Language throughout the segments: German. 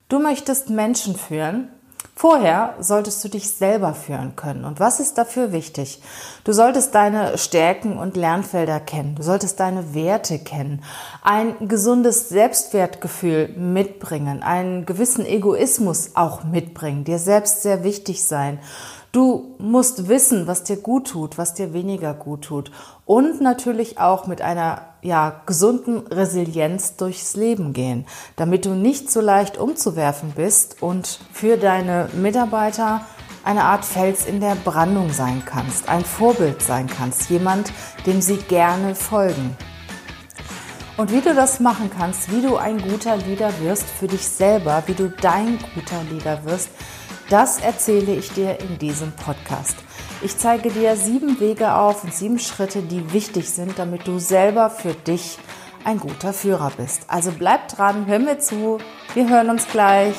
Du möchtest Menschen führen. Vorher solltest du dich selber führen können. Und was ist dafür wichtig? Du solltest deine Stärken und Lernfelder kennen. Du solltest deine Werte kennen. Ein gesundes Selbstwertgefühl mitbringen. Einen gewissen Egoismus auch mitbringen. Dir selbst sehr wichtig sein. Du musst wissen, was dir gut tut, was dir weniger gut tut. Und natürlich auch mit einer gesunden Resilienz durchs Leben gehen, damit du nicht so leicht umzuwerfen bist und für deine Mitarbeiter eine Art Fels in der Brandung sein kannst, ein Vorbild sein kannst, jemand, dem sie gerne folgen. Und wie du das machen kannst, wie du ein guter Leader wirst für dich selber, wie du dein guter Leader wirst, das erzähle ich dir in diesem Podcast. Ich zeige dir 7 Wege auf und 7 Schritte, die wichtig sind, damit du selber für dich ein guter Führer bist. Also bleib dran, hör mir zu, wir hören uns gleich.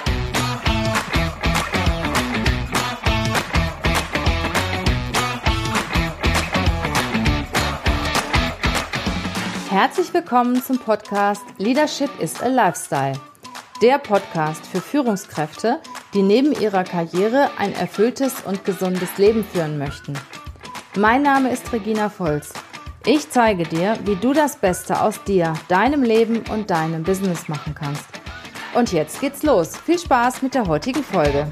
Herzlich willkommen zum Podcast Leadership is a Lifestyle. Der Podcast für Führungskräfte, die neben ihrer Karriere ein erfülltes und gesundes Leben führen möchten. Mein Name ist Regina Volz. Ich zeige dir, wie du das Beste aus dir, deinem Leben und deinem Business machen kannst. Und jetzt geht's los. Viel Spaß mit der heutigen Folge.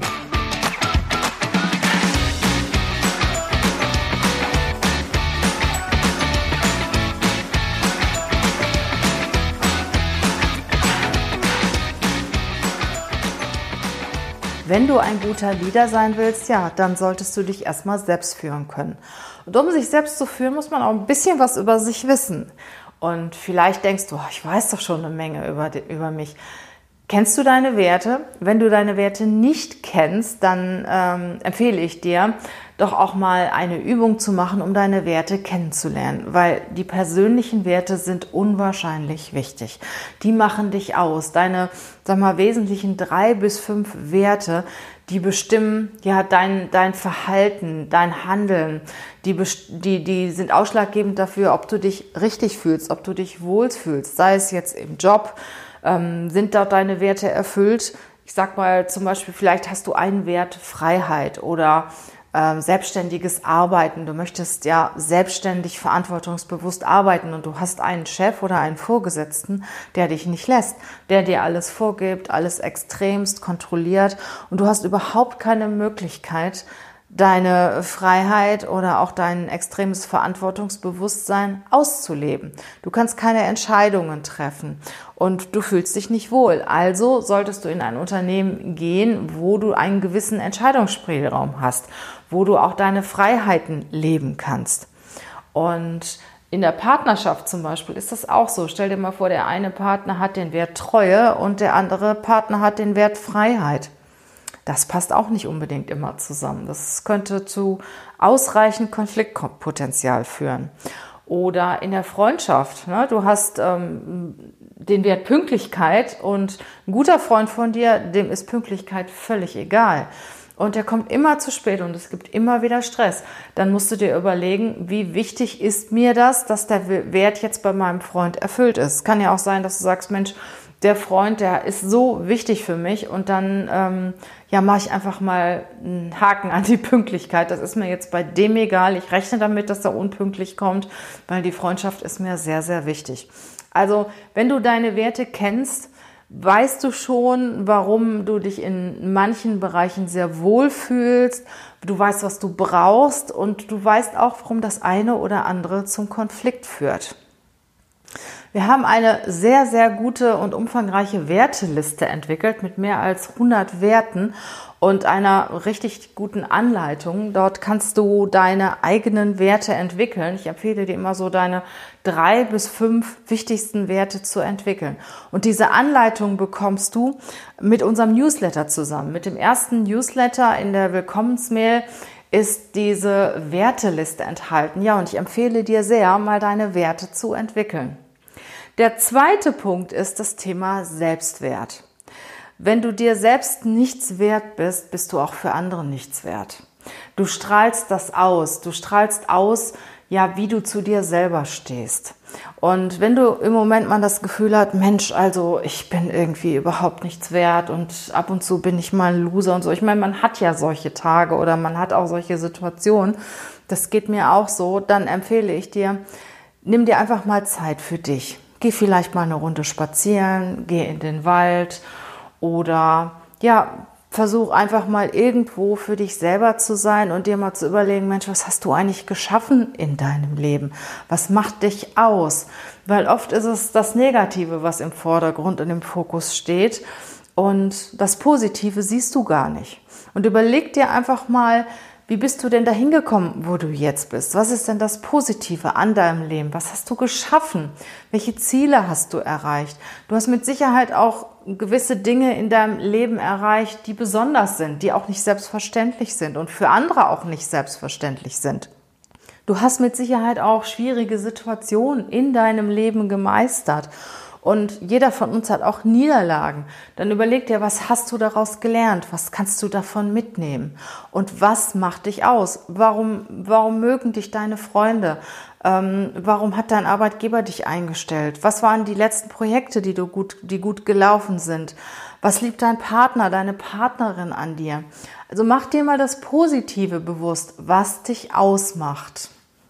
Wenn du ein guter Leader sein willst, dann solltest du dich erstmal selbst führen können. Und um sich selbst zu führen, muss man auch ein bisschen was über sich wissen. Und vielleicht denkst du, ich weiß doch schon eine Menge über mich. Kennst du deine Werte? Wenn du deine Werte nicht kennst, dann empfehle ich dir, doch auch mal eine Übung zu machen, um deine Werte kennenzulernen. Weil die persönlichen Werte sind unwahrscheinlich wichtig. Die machen dich aus. Deine, wesentlichen 3 bis 5 Werte, die bestimmen dein Verhalten, dein Handeln. Die sind ausschlaggebend dafür, ob du dich richtig fühlst, ob du dich wohlfühlst. Sei es jetzt im Job, sind dort deine Werte erfüllt? Ich sag mal zum Beispiel, vielleicht hast du einen Wert Freiheit oder selbstständiges Arbeiten. Du möchtest selbstständig, verantwortungsbewusst arbeiten und du hast einen Chef oder einen Vorgesetzten, der dich nicht lässt, der dir alles vorgibt, alles extremst kontrolliert und du hast überhaupt keine Möglichkeit, deine Freiheit oder auch dein extremes Verantwortungsbewusstsein auszuleben. Du kannst keine Entscheidungen treffen und du fühlst dich nicht wohl. Also solltest du in ein Unternehmen gehen, wo du einen gewissen Entscheidungsspielraum hast, wo du auch deine Freiheiten leben kannst. Und in der Partnerschaft zum Beispiel ist das auch so. Stell dir mal vor, der eine Partner hat den Wert Treue und der andere Partner hat den Wert Freiheit. Das passt auch nicht unbedingt immer zusammen. Das könnte zu ausreichend Konfliktpotenzial führen. Oder in der Freundschaft. Du hast den Wert Pünktlichkeit und ein guter Freund von dir, dem ist Pünktlichkeit völlig egal. Und der kommt immer zu spät und es gibt immer wieder Stress. Dann musst du dir überlegen, wie wichtig ist mir das, dass der Wert jetzt bei meinem Freund erfüllt ist. Es kann ja auch sein, dass du sagst, Mensch, der Freund, der ist so wichtig für mich und dann mache ich einfach mal einen Haken an die Pünktlichkeit. Das ist mir jetzt bei dem egal. Ich rechne damit, dass er unpünktlich kommt, weil die Freundschaft ist mir sehr, sehr wichtig. Also wenn du deine Werte kennst, weißt du schon, warum du dich in manchen Bereichen sehr wohl fühlst. Du weißt, was du brauchst und du weißt auch, warum das eine oder andere zum Konflikt führt. Wir haben eine sehr, sehr gute und umfangreiche Werteliste entwickelt mit mehr als 100 Werten und einer richtig guten Anleitung. Dort kannst du deine eigenen Werte entwickeln. Ich empfehle dir immer so deine 3 bis 5 wichtigsten Werte zu entwickeln. Und diese Anleitung bekommst du mit unserem Newsletter zusammen. Mit dem ersten Newsletter in der Willkommensmail ist diese Werteliste enthalten. Ja, und ich empfehle dir sehr, mal deine Werte zu entwickeln. Der zweite Punkt ist das Thema Selbstwert. Wenn du dir selbst nichts wert bist, bist du auch für andere nichts wert. Du strahlst das aus. Du strahlst aus ja, wie du zu dir selber stehst. Und wenn du im Moment mal das Gefühl hast, Mensch, also ich bin irgendwie überhaupt nichts wert und ab und zu bin ich mal ein Loser und so. Ich meine, man hat ja solche Tage oder man hat auch solche Situationen. Das geht mir auch so. Dann empfehle ich dir, nimm dir einfach mal Zeit für dich. Geh vielleicht mal eine Runde spazieren, geh in den Wald oder ja, versuch einfach mal irgendwo für dich selber zu sein und dir mal zu überlegen, Mensch, was hast du eigentlich geschaffen in deinem Leben? Was macht dich aus? Weil oft ist es das Negative, was im Vordergrund und im Fokus steht und das Positive siehst du gar nicht. Und überleg dir einfach mal, wie bist du denn dahin gekommen, wo du jetzt bist? Was ist denn das Positive an deinem Leben? Was hast du geschaffen? Welche Ziele hast du erreicht? Du hast mit Sicherheit auch gewisse Dinge in deinem Leben erreicht, die besonders sind, die auch nicht selbstverständlich sind und für andere auch nicht selbstverständlich sind. Du hast mit Sicherheit auch schwierige Situationen in deinem Leben gemeistert. Und jeder von uns hat auch Niederlagen. Dann überleg dir, was hast du daraus gelernt? Was kannst du davon mitnehmen? Und was macht dich aus? Warum mögen dich deine Freunde? Warum hat dein Arbeitgeber dich eingestellt? Was waren die letzten Projekte, die gut gelaufen sind? Was liebt dein Partner, deine Partnerin an dir? Also mach dir mal das Positive bewusst, was dich ausmacht.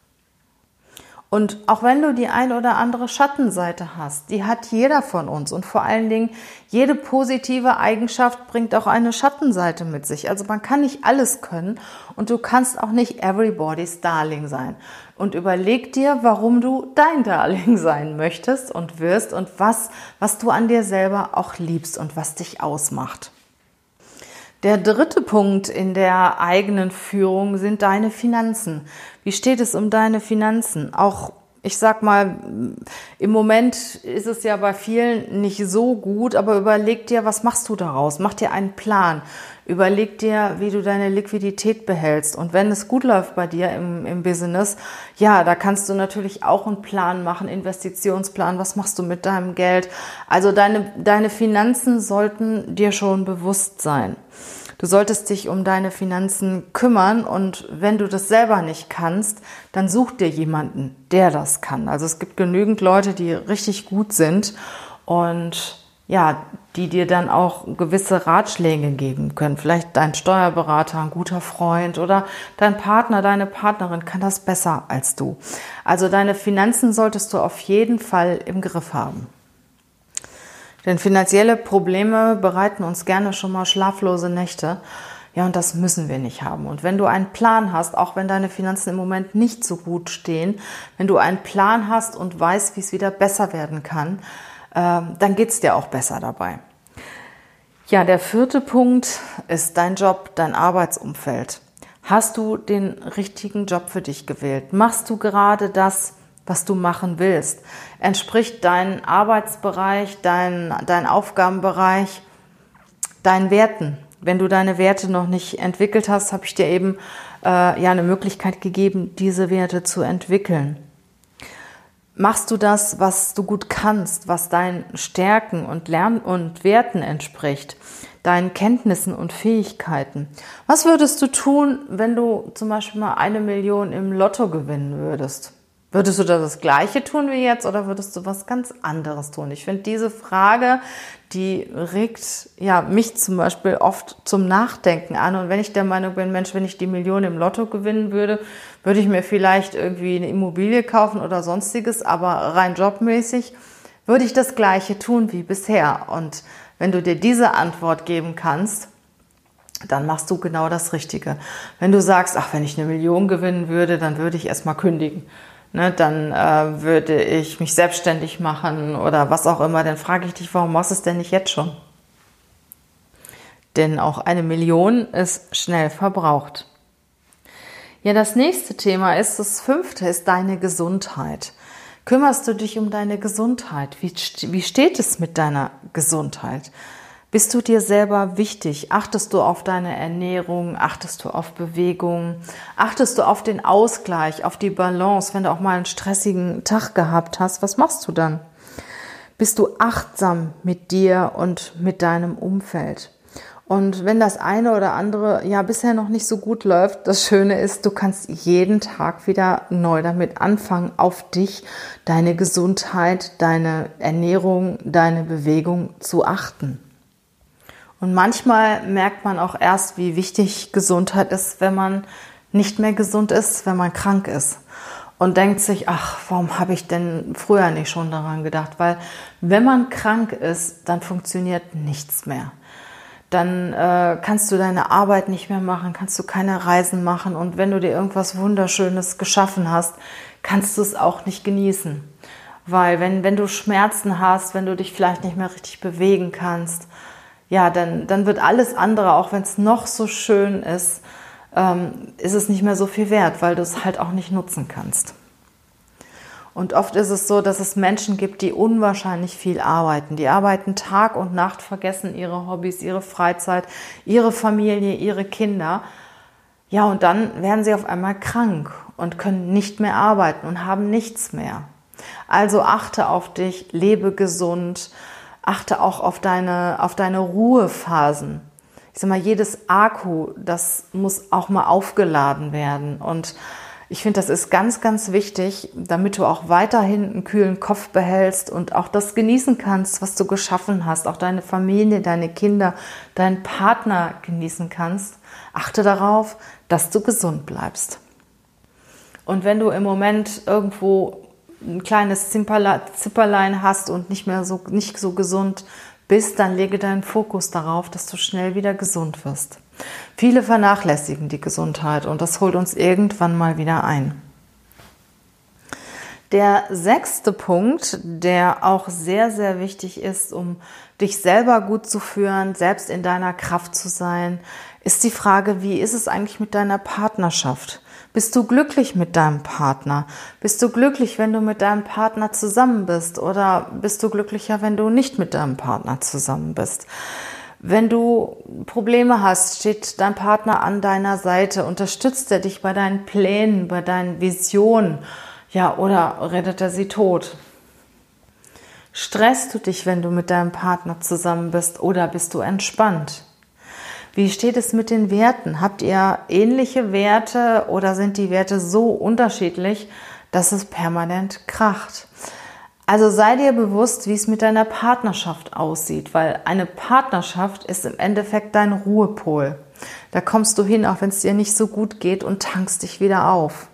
Und auch wenn du die ein oder andere Schattenseite hast, die hat jeder von uns. Und vor allen Dingen, jede positive Eigenschaft bringt auch eine Schattenseite mit sich. Also man kann nicht alles können und du kannst auch nicht everybody's Darling sein. Und überleg dir, warum du dein Darling sein möchtest und wirst und was du an dir selber auch liebst und was dich ausmacht. Der dritte Punkt in der eigenen Führung sind deine Finanzen. Wie steht es um deine Finanzen? Auch, ich sag mal, im Moment ist es ja bei vielen nicht so gut, aber überleg dir, was machst du daraus? Mach dir einen Plan. Überleg dir, wie du deine Liquidität behältst. Und wenn es gut läuft bei dir im Business, ja, da kannst du natürlich auch einen Plan machen, Investitionsplan. Was machst du mit deinem Geld? Also deine Finanzen sollten dir schon bewusst sein. Du solltest dich um deine Finanzen kümmern und wenn du das selber nicht kannst, dann such dir jemanden, der das kann. Also es gibt genügend Leute, die richtig gut sind und ja, die dir dann auch gewisse Ratschläge geben können. Vielleicht dein Steuerberater, ein guter Freund oder dein Partner, deine Partnerin kann das besser als du. Also deine Finanzen solltest du auf jeden Fall im Griff haben. Denn finanzielle Probleme bereiten uns gerne schon mal schlaflose Nächte. Ja, und das müssen wir nicht haben. Und wenn du einen Plan hast, auch wenn deine Finanzen im Moment nicht so gut stehen, wenn du einen Plan hast und weißt, wie es wieder besser werden kann, dann geht's dir auch besser dabei. Ja, der vierte Punkt ist dein Job, dein Arbeitsumfeld. Hast du den richtigen Job für dich gewählt? Machst du gerade das, was du machen willst? Entspricht dein Arbeitsbereich, dein Aufgabenbereich deinen Werten? Wenn du deine Werte noch nicht entwickelt hast, habe ich dir eben eine Möglichkeit gegeben, diese Werte zu entwickeln. Machst du das, was du gut kannst, was deinen Stärken und Werten entspricht, deinen Kenntnissen und Fähigkeiten? Was würdest du tun, wenn du zum Beispiel mal 1 Million im Lotto gewinnen würdest? Würdest du das Gleiche tun wie jetzt oder würdest du was ganz anderes tun? Ich finde diese Frage, die regt mich zum Beispiel oft zum Nachdenken an. Und wenn ich der Meinung bin, Mensch, wenn ich die Million im Lotto gewinnen würde, würde ich mir vielleicht irgendwie eine Immobilie kaufen oder sonstiges, aber rein jobmäßig würde ich das Gleiche tun wie bisher. Und wenn du dir diese Antwort geben kannst, dann machst du genau das Richtige. Wenn du sagst, ach, wenn ich 1 Million gewinnen würde, dann würde ich erstmal kündigen. Dann würde ich mich selbstständig machen oder was auch immer, dann frage ich dich, warum machst du es denn nicht jetzt schon? Denn auch 1 Million ist schnell verbraucht. Ja, das nächste Thema ist, das 5. ist deine Gesundheit. Kümmerst du dich um deine Gesundheit? Wie steht es mit deiner Gesundheit? Bist du dir selber wichtig? Achtest du auf deine Ernährung? Achtest du auf Bewegung? Achtest du auf den Ausgleich, auf die Balance? Wenn du auch mal einen stressigen Tag gehabt hast, was machst du dann? Bist du achtsam mit dir und mit deinem Umfeld? Und wenn das eine oder andere ja bisher noch nicht so gut läuft, das Schöne ist, du kannst jeden Tag wieder neu damit anfangen, auf dich, deine Gesundheit, deine Ernährung, deine Bewegung zu achten. Und manchmal merkt man auch erst, wie wichtig Gesundheit ist, wenn man nicht mehr gesund ist, wenn man krank ist. Und denkt sich, ach, warum habe ich denn früher nicht schon daran gedacht? Weil wenn man krank ist, dann funktioniert nichts mehr. Dann kannst du deine Arbeit nicht mehr machen, kannst du keine Reisen machen. Und wenn du dir irgendwas Wunderschönes geschaffen hast, kannst du es auch nicht genießen. Weil wenn du Schmerzen hast, wenn du dich vielleicht nicht mehr richtig bewegen kannst, ja, dann wird alles andere, auch wenn es noch so schön ist es nicht mehr so viel wert, weil du es halt auch nicht nutzen kannst. Und oft ist es so, dass es Menschen gibt, die unwahrscheinlich viel arbeiten. Die arbeiten Tag und Nacht, vergessen ihre Hobbys, ihre Freizeit, ihre Familie, ihre Kinder. Ja, und dann werden sie auf einmal krank und können nicht mehr arbeiten und haben nichts mehr. Also achte auf dich, lebe gesund, achte auch auf deine Ruhephasen. Ich sag mal, jedes Akku, das muss auch mal aufgeladen werden. Und ich finde, das ist ganz, ganz wichtig, damit du auch weiterhin einen kühlen Kopf behältst und auch das genießen kannst, was du geschaffen hast. Auch deine Familie, deine Kinder, deinen Partner genießen kannst. Achte darauf, dass du gesund bleibst. Und wenn du im Moment irgendwo ein kleines Zipperlein hast und nicht so gesund bist, dann lege deinen Fokus darauf, dass du schnell wieder gesund wirst. Viele vernachlässigen die Gesundheit und das holt uns irgendwann mal wieder ein. Der 6. Punkt, der auch sehr, sehr wichtig ist, um dich selber gut zu führen, selbst in deiner Kraft zu sein, ist die Frage, wie ist es eigentlich mit deiner Partnerschaft? Bist du glücklich mit deinem Partner? Bist du glücklich, wenn du mit deinem Partner zusammen bist? Oder bist du glücklicher, wenn du nicht mit deinem Partner zusammen bist? Wenn du Probleme hast, steht dein Partner an deiner Seite, unterstützt er dich bei deinen Plänen, bei deinen Visionen, ja, oder rettet er sie tot? Stresst du dich, wenn du mit deinem Partner zusammen bist, oder bist du entspannt? Wie steht es mit den Werten? Habt ihr ähnliche Werte oder sind die Werte so unterschiedlich, dass es permanent kracht? Also sei dir bewusst, wie es mit deiner Partnerschaft aussieht, weil eine Partnerschaft ist im Endeffekt dein Ruhepol. Da kommst du hin, auch wenn es dir nicht so gut geht, und tankst dich wieder auf.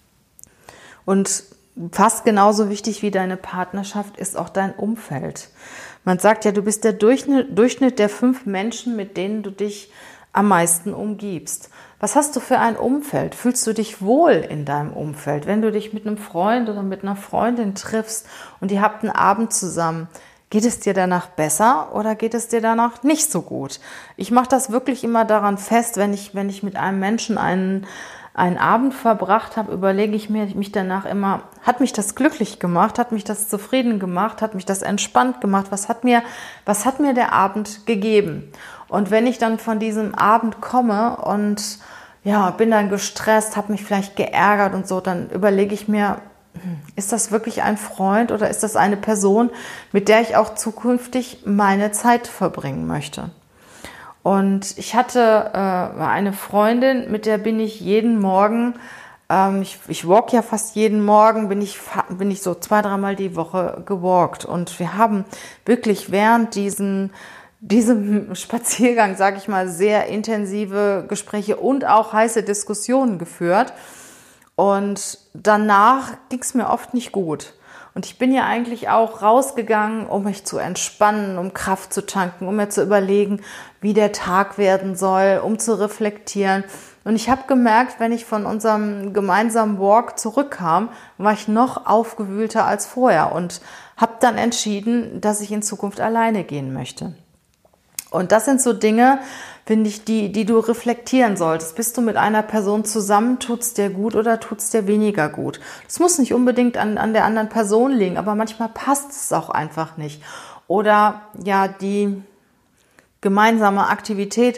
Und fast genauso wichtig wie deine Partnerschaft ist auch dein Umfeld. Man sagt ja, du bist der Durchschnitt der 5 Menschen, mit denen du dich am meisten umgibst. Was hast du für ein Umfeld? Fühlst du dich wohl in deinem Umfeld? Wenn du dich mit einem Freund oder mit einer Freundin triffst und ihr habt einen Abend zusammen, geht es dir danach besser oder geht es dir danach nicht so gut? Ich mache das wirklich immer daran fest, wenn ich mit einem Menschen einen Abend verbracht habe, überlege ich mich danach immer, hat mich das glücklich gemacht, hat mich das zufrieden gemacht, hat mich das entspannt gemacht, was hat mir der Abend gegeben? Und wenn ich dann von diesem Abend komme und ja, bin dann gestresst, habe mich vielleicht geärgert und so, dann überlege ich mir, ist das wirklich ein Freund oder ist das eine Person, mit der ich auch zukünftig meine Zeit verbringen möchte? Und ich hatte eine Freundin, mit der bin ich jeden Morgen, ich walk ja fast jeden Morgen, bin ich so 2-3 Mal die Woche gewalkt. Und wir haben wirklich während diesem Spaziergang, sage ich mal, sehr intensive Gespräche und auch heiße Diskussionen geführt. Und danach ging es mir oft nicht gut. Und ich bin ja eigentlich auch rausgegangen, um mich zu entspannen, um Kraft zu tanken, um mir zu überlegen, wie der Tag werden soll, um zu reflektieren. Und ich habe gemerkt, wenn ich von unserem gemeinsamen Walk zurückkam, war ich noch aufgewühlter als vorher und habe dann entschieden, dass ich in Zukunft alleine gehen möchte. Und das sind so Dinge, finde ich, die du reflektieren solltest. Bist du mit einer Person zusammen, tut's dir gut oder tut's dir weniger gut? Das muss nicht unbedingt an der anderen Person liegen, aber manchmal passt es auch einfach nicht. Oder ja, die gemeinsame Aktivität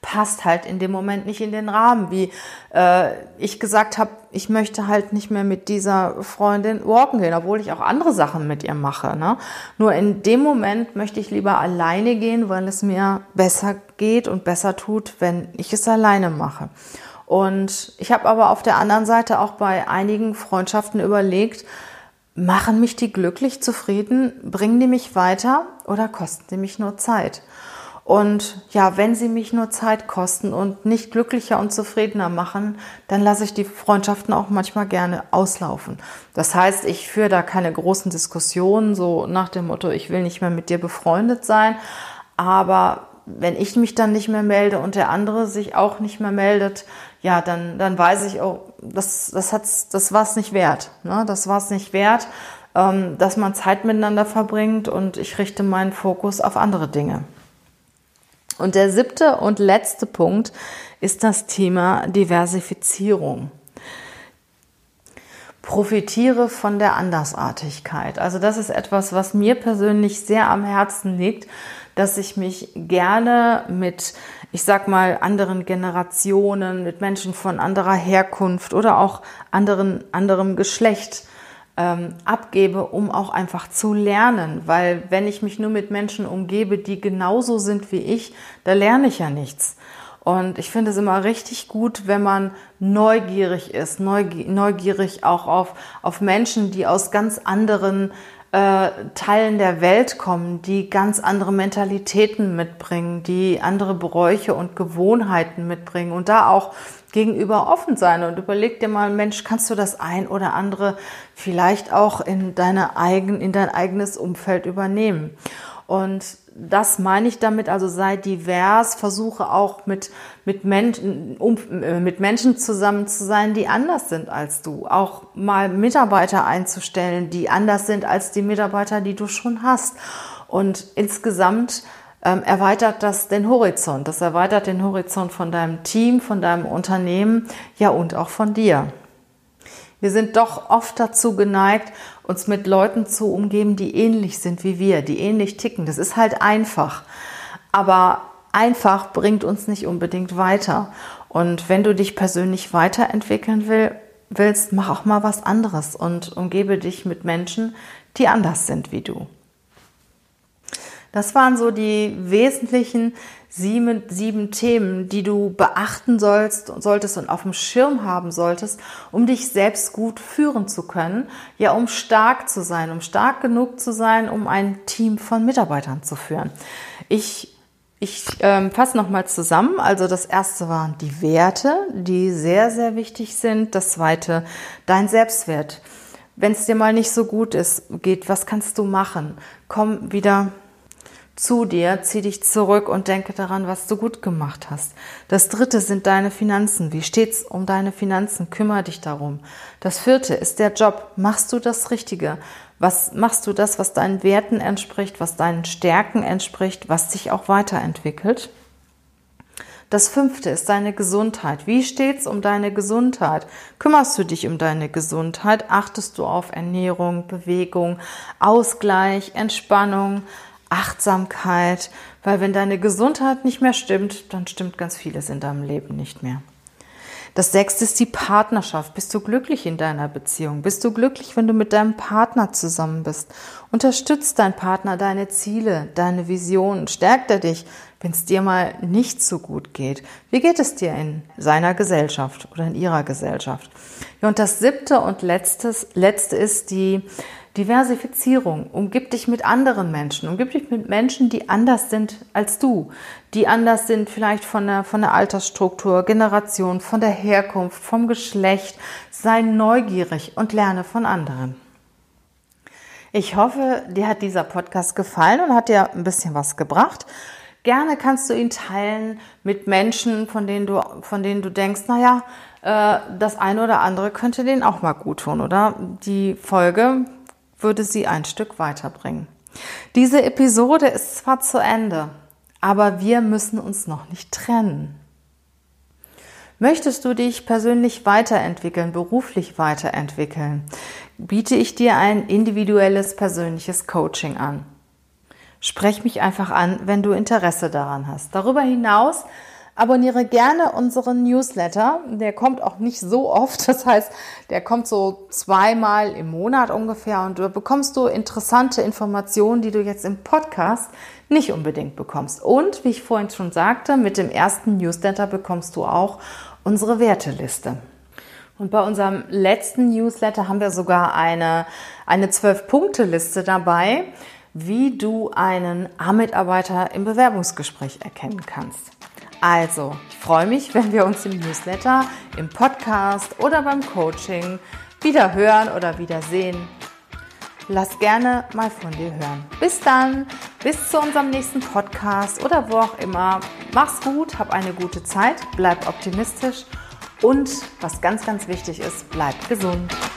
passt halt in dem Moment nicht in den Rahmen, wie ich gesagt habe, ich möchte halt nicht mehr mit dieser Freundin walken gehen, obwohl ich auch andere Sachen mit ihr mache. Ne? Nur in dem Moment möchte ich lieber alleine gehen, weil es mir besser geht und besser tut, wenn ich es alleine mache. Und ich habe aber auf der anderen Seite auch bei einigen Freundschaften überlegt, machen mich die glücklich, zufrieden, bringen die mich weiter oder kosten die mich nur Zeit? Und ja, wenn sie mich nur Zeit kosten und nicht glücklicher und zufriedener machen, dann lasse ich die Freundschaften auch manchmal gerne auslaufen. Das heißt, ich führe da keine großen Diskussionen, so nach dem Motto, ich will nicht mehr mit dir befreundet sein. Aber wenn ich mich dann nicht mehr melde und der andere sich auch nicht mehr meldet, ja, dann weiß ich, oh, das war es nicht wert. Ne? Das war es nicht wert, dass man Zeit miteinander verbringt, und ich richte meinen Fokus auf andere Dinge. Und der 7. und letzte Punkt ist das Thema Diversifizierung. Profitiere von der Andersartigkeit. Also das ist etwas, was mir persönlich sehr am Herzen liegt, dass ich mich gerne mit, ich sag mal, anderen Generationen, mit Menschen von anderer Herkunft oder auch anderem Geschlecht abgebe, um auch einfach zu lernen. Weil wenn ich mich nur mit Menschen umgebe, die genauso sind wie ich, da lerne ich ja nichts. Und ich finde es immer richtig gut, wenn man neugierig ist, neugierig auch auf Menschen, die aus ganz anderen Teilen der Welt kommen, die ganz andere Mentalitäten mitbringen, die andere Bräuche und Gewohnheiten mitbringen, und da auch gegenüber offen sein. Und überleg dir mal, Mensch, kannst du das ein oder andere vielleicht auch in dein eigenes Umfeld übernehmen? Und das meine ich damit, also sei divers, versuche auch mit Menschen zusammen zu sein, die anders sind als du. Auch mal Mitarbeiter einzustellen, die anders sind als die Mitarbeiter, die du schon hast. Und insgesamt erweitert das den Horizont. Das erweitert den Horizont von deinem Team, von deinem Unternehmen, ja, und auch von dir. Wir sind doch oft dazu geneigt, uns mit Leuten zu umgeben, die ähnlich sind wie wir, die ähnlich ticken. Das ist halt einfach. Aber einfach bringt uns nicht unbedingt weiter. Und wenn du dich persönlich weiterentwickeln willst, mach auch mal was anderes und umgebe dich mit Menschen, die anders sind wie du. Das waren so die wesentlichen 7 Themen, die du beachten solltest und auf dem Schirm haben solltest, um dich selbst gut führen zu können, ja, um stark zu sein, um stark genug zu sein, um ein Team von Mitarbeitern zu führen. Ich fasse nochmal zusammen. Also das erste waren die Werte, die sehr, sehr wichtig sind. Das zweite, dein Selbstwert. Wenn es dir mal nicht so gut geht, was kannst du machen? Komm wieder zu dir, zieh dich zurück und denke daran, was du gut gemacht hast. Das dritte sind deine Finanzen. Wie steht's um deine Finanzen? Kümmere dich darum. Das vierte ist der Job. Machst du das Richtige? Machst du das, was deinen Werten entspricht, was deinen Stärken entspricht, was dich auch weiterentwickelt? Das fünfte ist deine Gesundheit. Wie steht's um deine Gesundheit? Kümmerst du dich um deine Gesundheit? Achtest du auf Ernährung, Bewegung, Ausgleich, Entspannung, Achtsamkeit, weil wenn deine Gesundheit nicht mehr stimmt, dann stimmt ganz vieles in deinem Leben nicht mehr. Das sechste ist die Partnerschaft. Bist du glücklich in deiner Beziehung? Bist du glücklich, wenn du mit deinem Partner zusammen bist? Unterstützt dein Partner deine Ziele, deine Visionen? Stärkt er dich, wenn es dir mal nicht so gut geht? Wie geht es dir in seiner Gesellschaft oder in ihrer Gesellschaft? Ja, und das siebte und letzte ist die Diversifizierung. Umgib dich mit anderen Menschen. Umgib dich mit Menschen, die anders sind als du. Die anders sind vielleicht von der Altersstruktur, Generation, von der Herkunft, vom Geschlecht. Sei neugierig und lerne von anderen. Ich hoffe, dir hat dieser Podcast gefallen und hat dir ein bisschen was gebracht. Gerne kannst du ihn teilen mit Menschen, von denen du denkst, naja, das eine oder andere könnte denen auch mal gut tun, oder? Die Folge würde sie ein Stück weiterbringen. Diese Episode ist zwar zu Ende, aber wir müssen uns noch nicht trennen. Möchtest du dich persönlich weiterentwickeln, beruflich weiterentwickeln, biete ich dir ein individuelles, persönliches Coaching an. Sprech mich einfach an, wenn du Interesse daran hast. Darüber hinaus Abonniere gerne unseren Newsletter. Der kommt auch nicht so oft. Das heißt, der kommt so 2-mal im Monat ungefähr und da bekommst du interessante Informationen, die du jetzt im Podcast nicht unbedingt bekommst. Und wie ich vorhin schon sagte, mit dem ersten Newsletter bekommst du auch unsere Werteliste. Und bei unserem letzten Newsletter haben wir sogar eine 12-Punkte-Liste dabei, wie du einen A-Mitarbeiter im Bewerbungsgespräch erkennen kannst. Also, ich freue mich, wenn wir uns im Newsletter, im Podcast oder beim Coaching wieder hören oder wieder sehen. Lass gerne mal von dir hören. Bis dann, bis zu unserem nächsten Podcast oder wo auch immer. Mach's gut, hab eine gute Zeit, bleib optimistisch und was ganz, ganz wichtig ist, bleib gesund.